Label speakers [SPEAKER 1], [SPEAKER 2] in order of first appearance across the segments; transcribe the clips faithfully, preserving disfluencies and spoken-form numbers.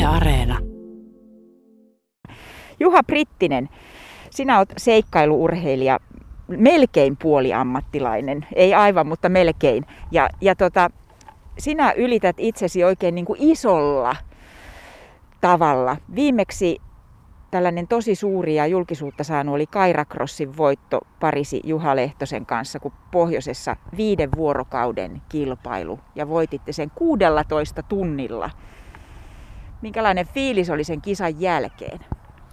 [SPEAKER 1] Areena.
[SPEAKER 2] Juha Prittinen, sinä olet seikkailuurheilija, melkein puoliammattilainen, ei aivan, mutta melkein. Ja, ja tota, sinä ylität itsesi oikein niin kuin isolla tavalla. Viimeksi tällainen tosi suuri ja julkisuutta saanut oli Kairacrossin voitto Pariisi Juha Lehtosen kanssa, kun pohjoisessa viiden vuorokauden kilpailu ja voititte sen kuudellatoista tunnilla. Minkälainen fiilis oli sen kisan jälkeen?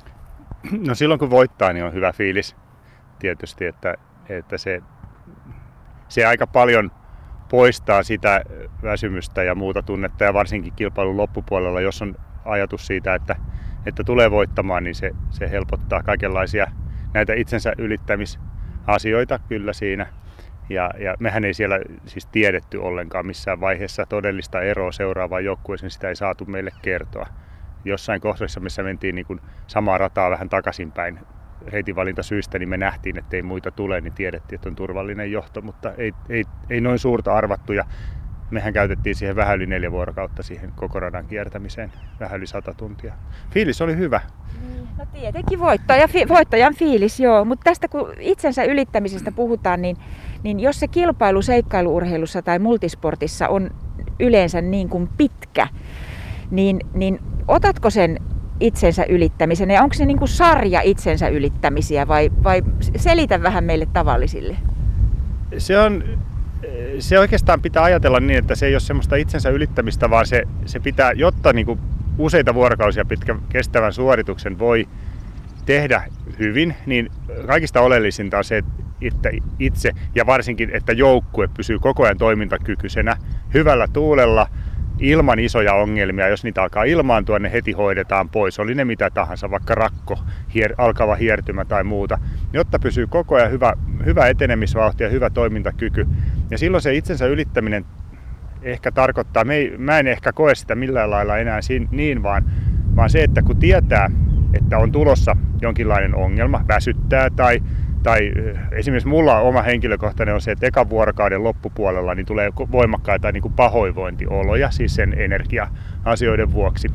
[SPEAKER 3] No silloin kun voittaa, niin on hyvä fiilis tietysti, että, että se, se aika paljon poistaa sitä väsymystä ja muuta tunnetta ja varsinkin kilpailun loppupuolella, jos on ajatus siitä, että, että tulee voittamaan, niin se, se helpottaa kaikenlaisia näitä itsensä ylittämisasioita kyllä siinä. Ja, ja mehän ei siellä siis tiedetty ollenkaan missään vaiheessa todellista eroa seuraavaan joukkueeseen, sitä ei saatu meille kertoa. Jossain kohdassa, missä mentiin niin kuin samaa rataa vähän takaisinpäin reitinvalintasyistä, niin me nähtiin, että ei muita tule, niin tiedettiin, että on turvallinen johto, mutta ei, ei, ei noin suurta arvattu. Ja mehän käytettiin siihen vähän yli neljä vuorokautta siihen koko radan kiertämiseen, vähän yli sata tuntia. Fiilis oli hyvä.
[SPEAKER 2] No tietenkin voittaja, fi, voittajan fiilis, joo. Mutta tästä kun itsensä ylittämisestä puhutaan, niin, niin jos se kilpailu seikkailuurheilussa tai multisportissa on yleensä niin kuin pitkä, niin, niin otatko sen itsensä ylittämisen ja onko se niin kuin sarja itsensä ylittämisiä vai, vai selitä vähän meille tavallisille?
[SPEAKER 3] Se on, se oikeastaan pitää ajatella niin, että se ei ole semmoista itsensä ylittämistä, vaan se, se pitää, jotta niin kuin useita vuorokausia pitkän kestävän suorituksen voi tehdä hyvin, niin kaikista oleellisinta on se, että itse ja varsinkin, että joukkue pysyy koko ajan toimintakykyisenä, hyvällä tuulella, ilman isoja ongelmia. Jos niitä alkaa ilmaantua, ne heti hoidetaan pois. Oli ne mitä tahansa, vaikka rakko, hier, alkava hiertymä tai muuta. Jotta pysyy koko ajan hyvä, hyvä etenemisvauhti ja hyvä toimintakyky. Ja silloin se itsensä ylittäminen ehkä tarkoittaa, me ei, mä en ehkä koe sitä millään lailla enää niin, vaan, vaan se, että kun tietää, että on tulossa jonkinlainen ongelma, väsyttää tai Tai esimerkiksi mulla oma henkilökohtainen on se, että ekan vuorokauden loppupuolella niin tulee voimakkaita niin kuin pahoinvointioloja, siis sen energia-asioiden vuoksi.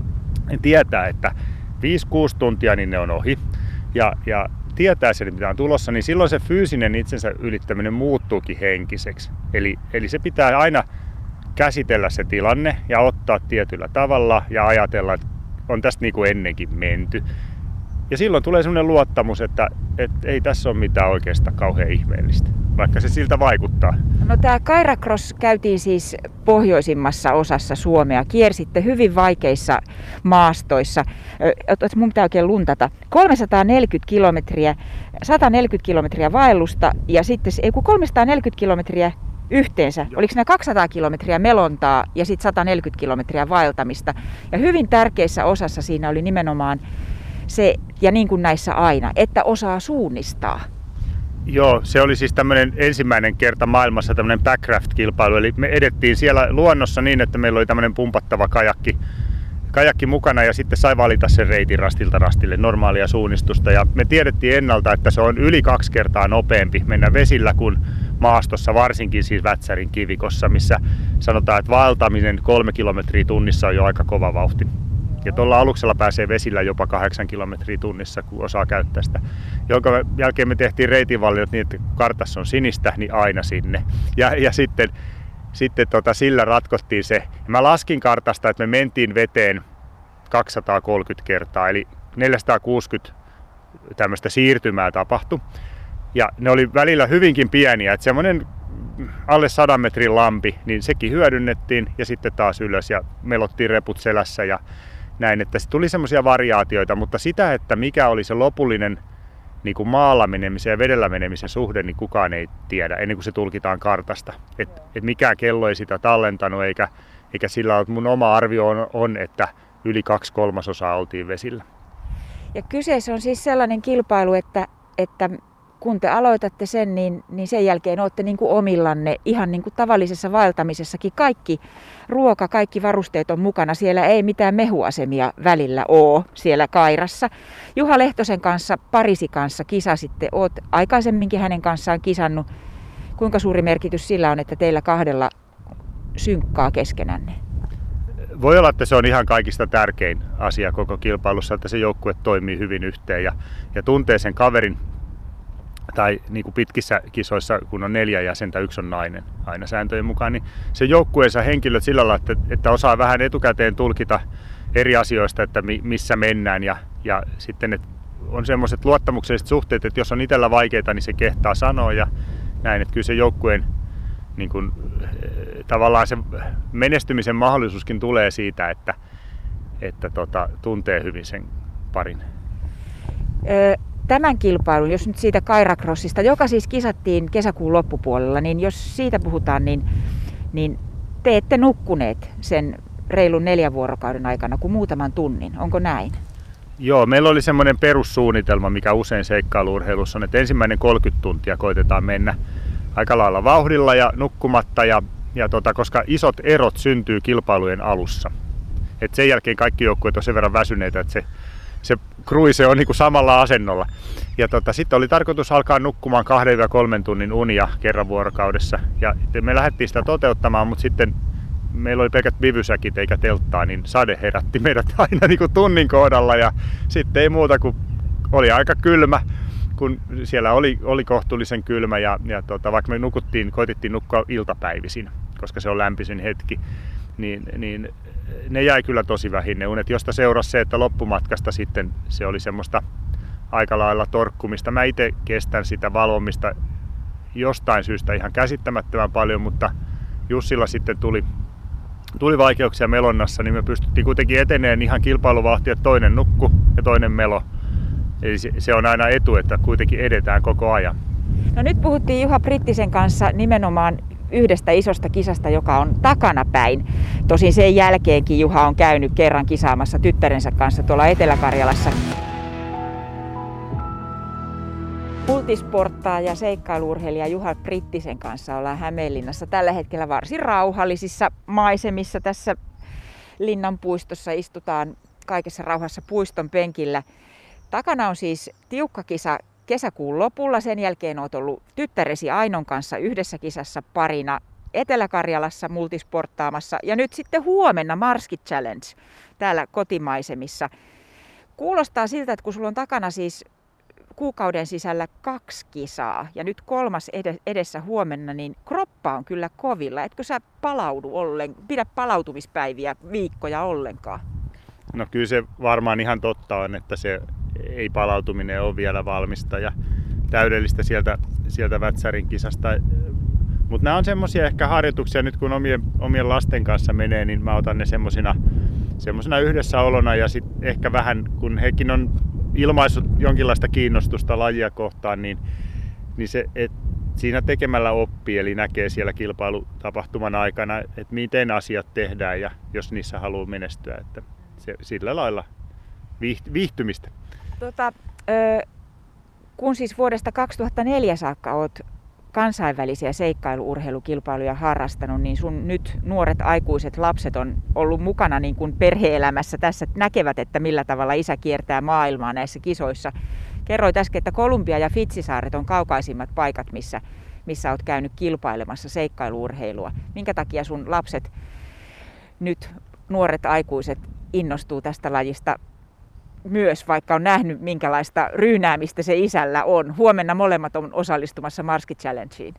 [SPEAKER 3] Ja tietää, että viisi kuusi tuntia niin ne on ohi ja, ja tietää sen, mitä on tulossa, niin silloin se fyysinen itsensä ylittäminen muuttuukin henkiseksi. Eli, eli se pitää aina käsitellä se tilanne ja ottaa tietyllä tavalla ja ajatella, että on tästä niin kuin ennenkin menty. Ja silloin tulee sellainen luottamus, että, että ei tässä ole mitään oikeastaan kauhean ihmeellistä, vaikka se siltä vaikuttaa.
[SPEAKER 2] No tämä Kairacross käytiin siis pohjoisimmassa osassa Suomea. Kiersitte hyvin vaikeissa maastoissa. Mun pitää oikein luntata. kolmesataaneljäkymmentä kilometriä, sataneljäkymmentä kilometriä vaellusta ja sitten ei kun kolmesataaneljäkymmentä kilometriä yhteensä. Joo. Oliko nämä kaksisataa kilometriä melontaa ja sitten sataneljäkymmentä kilometriä vaeltamista. Ja hyvin tärkeässä osassa siinä oli nimenomaan se, ja niin kuin näissä aina, että osaa suunnistaa.
[SPEAKER 3] Joo, se oli siis tämmöinen ensimmäinen kerta maailmassa tämmöinen backraft-kilpailu. Eli me edettiin siellä luonnossa niin, että meillä oli tämmöinen pumpattava kajakki, kajakki mukana ja sitten sai valita sen reitin rastilta rastille, normaalia suunnistusta. Ja me tiedettiin ennalta, että se on yli kaksi kertaa nopeampi mennä vesillä kuin maastossa, varsinkin siis Vätsärin kivikossa, missä sanotaan, että vaeltaminen kolme kilometriä tunnissa on jo aika kova vauhti. Ja tuolla aluksella pääsee vesillä jopa kahdeksan kilometriä tunnissa, kun osaa käyttää sitä. Jonka jälkeen me tehtiin reitinvalinnat niin, että kun kartassa on sinistä, niin aina sinne. Ja, ja sitten, sitten tota, sillä ratkottiin se. Ja mä laskin kartasta, että me mentiin veteen kaksisataakolmekymmentä kertaa, eli neljäsataakuusikymmentä tämmöistä siirtymää tapahtui. Ja ne oli välillä hyvinkin pieniä, että semmoinen alle sadan metrin lampi, niin sekin hyödynnettiin ja sitten taas ylös ja melottiin reput selässä ja näin, että se tuli semmoisia variaatioita, mutta sitä, että mikä oli se lopullinen niin kuin maalla menemisen ja vedellä menemisen suhde, niin kukaan ei tiedä ennen kuin se tulkitaan kartasta. Että et mikään kello ei sitä tallentanut, eikä, eikä sillä ole, mun oma arvio on, on, että yli kaksi kolmasosaa oltiin vesillä.
[SPEAKER 2] Ja kyseessä on siis sellainen kilpailu, että, että kun te aloitatte sen, niin, niin sen jälkeen olette niin kuin omillanne ihan niin kuin tavallisessa vaeltamisessakin. Kaikki ruoka, kaikki varusteet on mukana. Siellä ei mitään mehuasemia välillä ole siellä Kairassa. Juha Lehtosen kanssa, Pariisi kanssa kisasitte. Oot aikaisemminkin hänen kanssaan kisannut. Kuinka suuri merkitys sillä on, että teillä kahdella synkkaa keskenänne?
[SPEAKER 3] voi olla, että se on ihan kaikista tärkein asia koko kilpailussa, että se joukkue toimii hyvin yhteen ja, ja tuntee sen kaverin. Tai niin kuin pitkissä kisoissa, kun on neljä jäsentä, yksi on nainen aina sääntöjen mukaan, niin se joukkueensa henkilöt sillä lailla, että, että osaa vähän etukäteen tulkita eri asioista, että missä mennään. Ja, ja sitten että on semmoiset luottamukselliset suhteet, että jos on itsellä vaikeita, niin se kehtaa sanoa ja näin. Että kyllä se joukkueen niin kuin, tavallaan se menestymisen mahdollisuuskin tulee siitä, että, että tota, tuntee hyvin sen parin.
[SPEAKER 2] Öö. Tämän kilpailun, jos nyt siitä Kairacrossista, joka siis kisattiin kesäkuun loppupuolella, niin jos siitä puhutaan, niin, niin te ette nukkuneet sen reilun neljän vuorokauden aikana kuin muutaman tunnin. Onko näin?
[SPEAKER 3] Joo, meillä oli semmoinen perussuunnitelma, mikä usein seikkailu-urheilussa on, että ensimmäinen kolmekymmentä tuntia koitetaan mennä aika lailla vauhdilla ja nukkumatta, ja, ja tota, koska isot erot syntyy kilpailujen alussa. Et sen jälkeen kaikki joukkueet on sen verran väsyneitä, että se se kruise on niinku samalla asennolla. Ja tota, sitten oli tarkoitus alkaa nukkumaan kahden ja kolmen tunnin unia kerran vuorokaudessa. Ja me lähdettiin sitä toteuttamaan, mutta sitten meillä oli pelkät vivysäkit eikä telttaa, niin sade herätti meidät aina niinku tunnin kohdalla. Ja sitten ei muuta kuin oli aika kylmä, kun siellä oli, oli kohtuullisen kylmä. Ja, ja tota, vaikka me nukuttiin, koitettiin nukkua iltapäivisin, koska se on lämpisin hetki, niin, niin ne jäi kyllä tosi vähin ne unet, josta seurasi se, että loppumatkasta sitten se oli semmoista aika lailla torkkumista. Mä itse kestän sitä valvomista jostain syystä ihan käsittämättömän paljon, mutta Jussilla sitten tuli, tuli vaikeuksia melonnassa, niin me pystyttiin kuitenkin eteneen ihan kilpailuvauhtia, että toinen nukku ja toinen melo. Eli se, se on aina etu, että kuitenkin edetään koko ajan.
[SPEAKER 2] No nyt puhuttiin Juha Prittisen kanssa nimenomaan yhdestä isosta kisasta, joka on takanapäin. Tosin sen jälkeenkin Juha on käynyt kerran kisaamassa tyttärensä kanssa tuolla Etelä-Karjalassa. Multisporttaa ja seikkailu-urheilija Juha Prittisen kanssa ollaan Hämeenlinnassa tällä hetkellä varsin rauhallisissa maisemissa. Tässä Linnanpuistossa istutaan kaikessa rauhassa puiston penkillä. Takana on siis tiukka kisa kesäkuun lopulla. Sen jälkeen olet ollut tyttäresi Ainon kanssa yhdessä kisassa parina Etelä-Karjalassa multisporttaamassa. Ja nyt sitten huomenna Marski Challenge täällä kotimaisemissa. Kuulostaa siltä, että kun sulla on takana siis kuukauden sisällä kaksi kisaa ja nyt kolmas edessä huomenna, niin kroppa on kyllä kovilla. Etkö sä palaudu ollen, pidä palautumispäiviä viikkoja ollenkaan?
[SPEAKER 3] No kyllä se varmaan ihan totta on, että se ei palautuminen ole vielä valmista ja täydellistä sieltä, sieltä Vätsärin kisasta. Mutta nämä on semmoisia ehkä harjoituksia nyt kun omien, omien lasten kanssa menee, niin mä otan ne semmosina, semmosina yhdessäolona ja sitten ehkä vähän kun hekin on ilmaissut jonkinlaista kiinnostusta lajia kohtaan, niin, niin se, et siinä tekemällä oppii, eli näkee siellä kilpailutapahtuman aikana, että miten asiat tehdään ja jos niissä haluaa menestyä, että se, sillä lailla viihtymistä.
[SPEAKER 2] Tota, ö, kun siis vuodesta kaksituhattaneljä saakka olet kansainvälisiä seikkailu-urheilukilpailuja harrastanut, niin sun nyt nuoret aikuiset lapset on ollut mukana niin kuin perhe-elämässä tässä, näkevät, että millä tavalla isä kiertää maailmaa näissä kisoissa. Kerroit äsken, että Kolumbia ja Fitsisaaret on kaukaisimmat paikat, missä, missä olet käynyt kilpailemassa seikkailu-urheilua. Minkä takia sun lapset, nyt nuoret aikuiset, innostuu tästä lajista myös, vaikka on nähnyt, minkälaista ryynäämistä se isällä on? Huomenna molemmat on osallistumassa Marski Challengeen.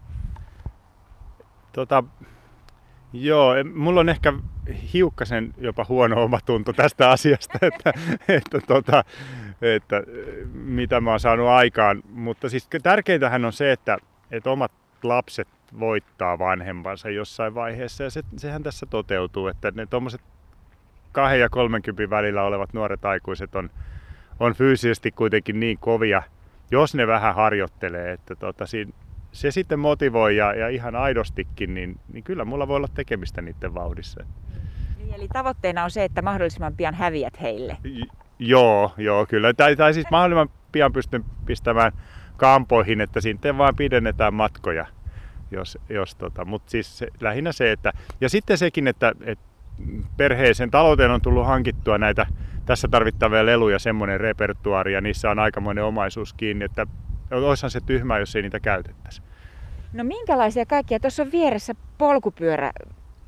[SPEAKER 3] Tota, joo, mulla on ehkä hiukkasen jopa huono omatunto tästä asiasta, että, että, tota, että mitä mä oon saanut aikaan. Mutta siis tärkeintähän on se, että, että omat lapset voittaa vanhempansa jossain vaiheessa ja se, sehän tässä toteutuu, että ne tommoset kahden ja kolmenkympin välillä olevat nuoret aikuiset on, on fyysisesti kuitenkin niin kovia, jos ne vähän harjoittelee, että tota, siinä, se sitten motivoi ja, ja ihan aidostikin, niin, niin kyllä mulla voi olla tekemistä niiden vauhdissa.
[SPEAKER 2] Niin, eli tavoitteena on se, että mahdollisimman pian häviät heille?
[SPEAKER 3] J- joo, joo, kyllä. Tai, tai siis mahdollisimman pian pystyn pistämään kampoihin, että siitä vaan pidennetään matkoja. Jos, jos tota. Mutta siis se, lähinnä se, että... Ja sitten sekin, että... että perheeseen talouteen on tullut hankittua näitä tässä tarvittavia leluja, semmoinen repertuaari ja niissä on aikamoinen omaisuus kiinni, että olisihan se tyhmää, jos ei niitä käytettäisi.
[SPEAKER 2] No minkälaisia kaikkia? Tuossa on vieressä polkupyörä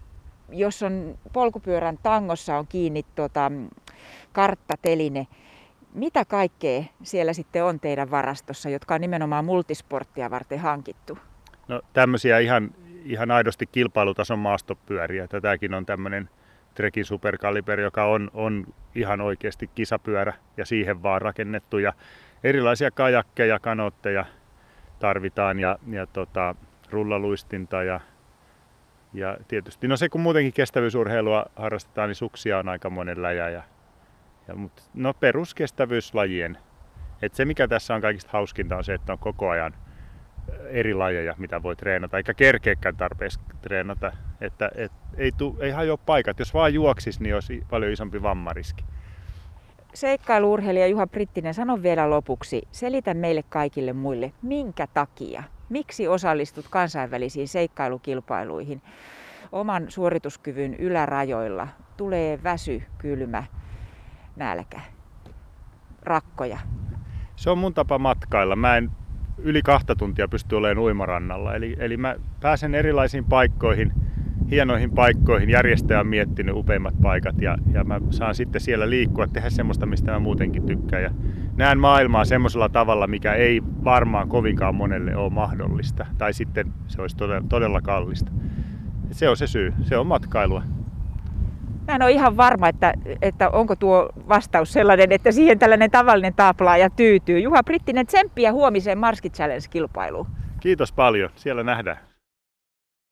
[SPEAKER 2] jos on polkupyörän tangossa on kiinni tota, karttateline, mitä kaikkea siellä sitten on teidän varastossa, jotka on nimenomaan multisporttia varten hankittu?
[SPEAKER 3] No tämmöisiä ihan, ihan aidosti kilpailutason maastopyöriä. Tätäkin on tämmöinen Trekin Supercaliber, joka on, on ihan oikeasti kisapyörä ja siihen vaan rakennettu. Ja erilaisia kajakkeja, kanootteja tarvitaan ja, ja tota, rullaluistinta ja, ja tietysti, no se kun muutenkin kestävyysurheilua harrastetaan, niin suksia on aika monen läjä. Ja, ja, mutta no peruskestävyyslajien. Et se mikä tässä on kaikista hauskinta on se, että on koko ajan eri lajeja, mitä voi treenata, eikä kerkeäkään tarpeeksi treenata. Että, et, ei, tu, ei hajoa paikat. Jos vaan juoksis, niin olisi paljon isompi vammariski.
[SPEAKER 2] Seikkailu-urheilija Juha Prittinen, sano vielä lopuksi, selitä meille kaikille muille, minkä takia, miksi osallistut kansainvälisiin seikkailukilpailuihin oman suorituskyvyn ylärajoilla? Tulee väsy, kylmä, nälkä, rakkoja.
[SPEAKER 3] Se on mun tapa matkailla. Mä en yli kahta tuntia pysty olemaan uimarannalla. Eli, eli mä pääsen erilaisiin paikkoihin, hienoihin paikkoihin. Järjestäjä on miettinyt upeimmat paikat ja, ja mä saan sitten siellä liikkua, tehdä semmoista, mistä mä muutenkin tykkään. Ja näen maailmaa semmoisella tavalla, mikä ei varmaan kovinkaan monelle ole mahdollista. Tai sitten se olisi todella, todella kallista. Et se on se syy. Se on matkailua.
[SPEAKER 2] Mä en ole ihan varma, että, että onko tuo vastaus sellainen, että siihen tällainen tavallinen taaplaaja tyytyy. Juha Prittinen, tsemppiä huomiseen Marski Challenge-kilpailuun.
[SPEAKER 3] Kiitos paljon. Siellä nähdään.